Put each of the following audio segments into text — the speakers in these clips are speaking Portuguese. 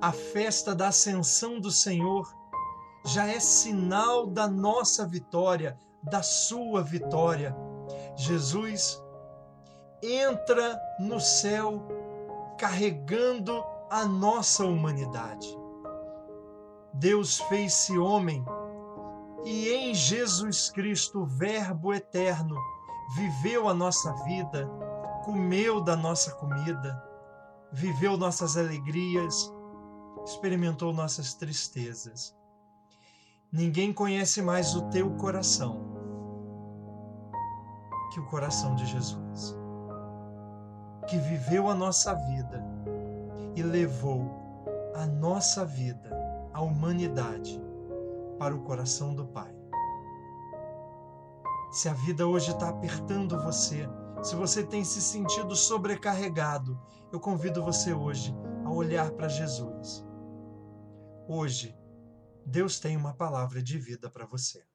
A festa da ascensão do Senhor já é sinal da nossa vitória, da sua vitória. Jesus entra no céu carregando a nossa humanidade. Deus fez-se homem e em Jesus Cristo, o Verbo eterno, viveu a nossa vida, comeu da nossa comida, viveu nossas alegrias, experimentou nossas tristezas. Ninguém conhece mais o teu coração que o coração de Jesus, que viveu a nossa vida e levou a nossa vida, a humanidade, para o coração do Pai. Se a vida hoje está apertando você, se você tem se sentido sobrecarregado, eu convido você hoje a olhar para Jesus. Hoje, Deus tem uma palavra de vida para você.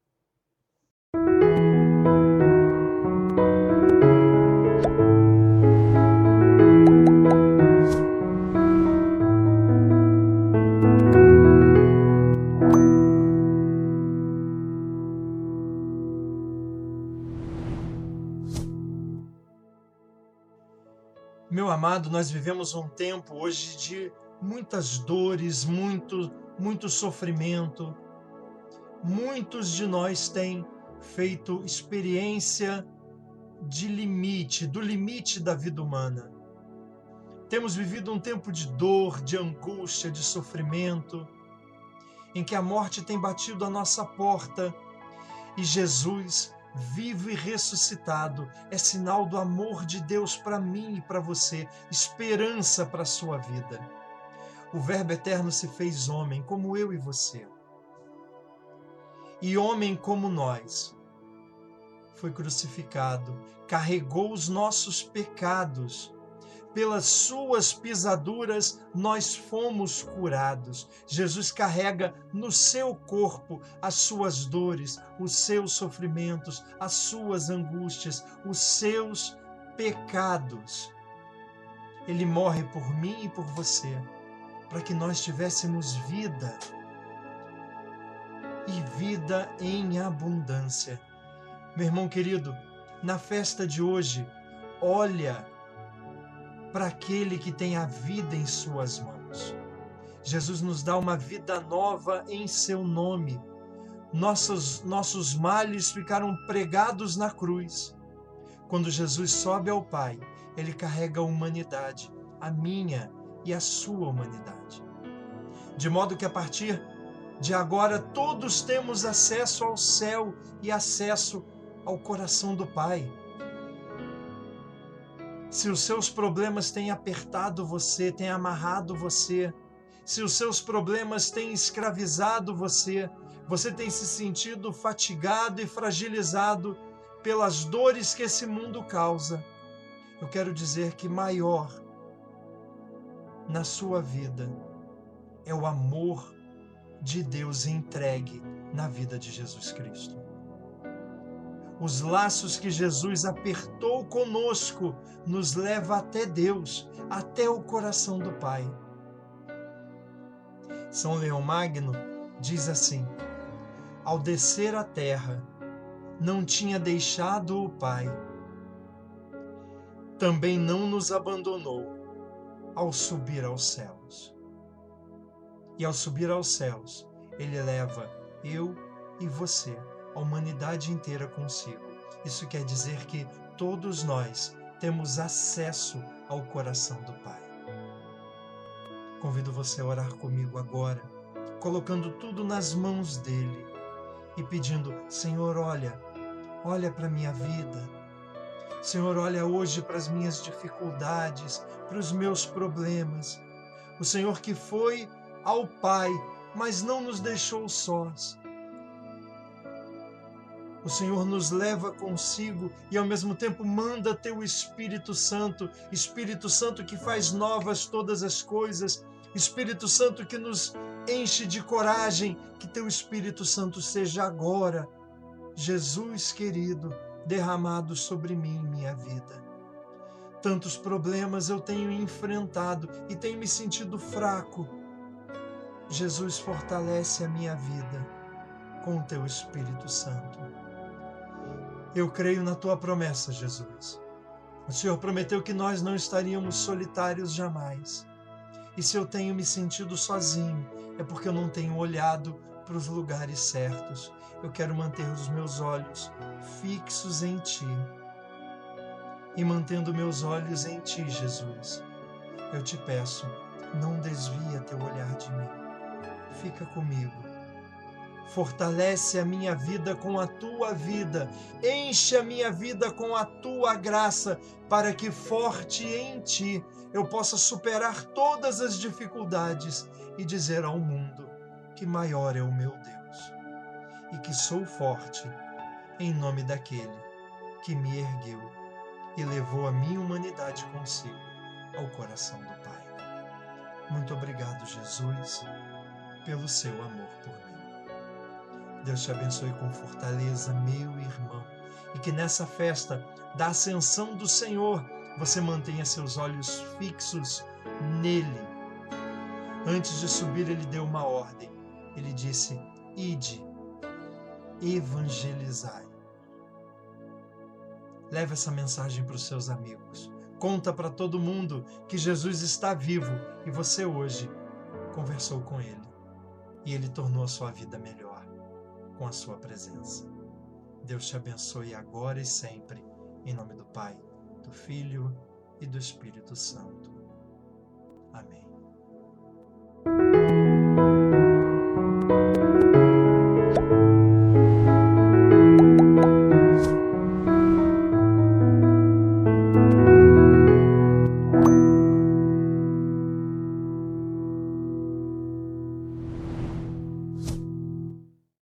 Meu amado, nós vivemos um tempo hoje de muitas dores, muito sofrimento. Muitos de nós têm feito experiência de limite, do limite da vida humana. Temos vivido um tempo de dor, de angústia, de sofrimento, em que a morte tem batido à nossa porta e Jesus, vivo e ressuscitado, é sinal do amor de Deus para mim e para você, esperança para a sua vida. O Verbo eterno se fez homem, como eu e você. E homem como nós, foi crucificado, carregou os nossos pecados. Pelas suas pisaduras nós fomos curados. Jesus carrega no seu corpo as suas dores, os seus sofrimentos, as suas angústias, os seus pecados. Ele morre por mim e por você, para que nós tivéssemos vida e vida em abundância. Meu irmão querido, na festa de hoje, olha para aquele que tem a vida em suas mãos. Jesus nos dá uma vida nova em seu nome. Nossos males ficaram pregados na cruz. Quando Jesus sobe ao Pai, ele carrega a humanidade, a minha e a sua humanidade. De modo que a partir de agora todos temos acesso ao céu e acesso ao coração do Pai. Se os seus problemas têm apertado você, têm amarrado você, se os seus problemas têm escravizado você, você tem se sentido fatigado e fragilizado pelas dores que esse mundo causa, eu quero dizer que maior na sua vida é o amor de Deus entregue na vida de Jesus Cristo. Os laços que Jesus apertou conosco nos leva até Deus, até o coração do Pai. São Leão Magno diz assim: ao descer à terra, não tinha deixado o Pai, também não nos abandonou ao subir aos céus. E ao subir aos céus, ele leva eu e você, a humanidade inteira consigo. Isso quer dizer que todos nós temos acesso ao coração do Pai. Convido você a orar comigo agora, colocando tudo nas mãos dele e pedindo: Senhor, olha para a minha vida. Senhor, olha hoje para as minhas dificuldades, para os meus problemas. O Senhor que foi ao Pai, mas não nos deixou sós. O Senhor nos leva consigo e ao mesmo tempo manda teu Espírito Santo que faz novas todas as coisas, Espírito Santo que nos enche de coragem, que teu Espírito Santo seja agora, Jesus querido, derramado sobre mim e minha vida. Tantos problemas eu tenho enfrentado e tenho me sentido fraco, Jesus, fortalece a minha vida com o teu Espírito Santo. Eu creio na tua promessa, Jesus. O Senhor prometeu que nós não estaríamos solitários jamais. E se eu tenho me sentido sozinho, é porque eu não tenho olhado para os lugares certos. Eu quero manter os meus olhos fixos em Ti. E mantendo meus olhos em Ti, Jesus, eu te peço, não desvia teu olhar de mim. Fica comigo. Fortalece a minha vida com a tua vida. Enche a minha vida com a tua graça, para que, forte em Ti, eu possa superar todas as dificuldades e dizer ao mundo que maior é o meu Deus e que sou forte em nome daquele que me ergueu e levou a minha humanidade consigo ao coração do Pai. Muito obrigado, Jesus, pelo seu amor por mim. Deus te abençoe com fortaleza, meu irmão, e que nessa festa da ascensão do Senhor você mantenha seus olhos fixos nele. Antes de subir, ele deu uma ordem. Ele disse: ide, evangelizai. Leve essa mensagem para os seus amigos. Conta para todo mundo que Jesus está vivo e você hoje conversou com ele. E ele tornou a sua vida melhor com a sua presença. Deus te abençoe agora e sempre, em nome do Pai, do Filho e do Espírito Santo. Amém.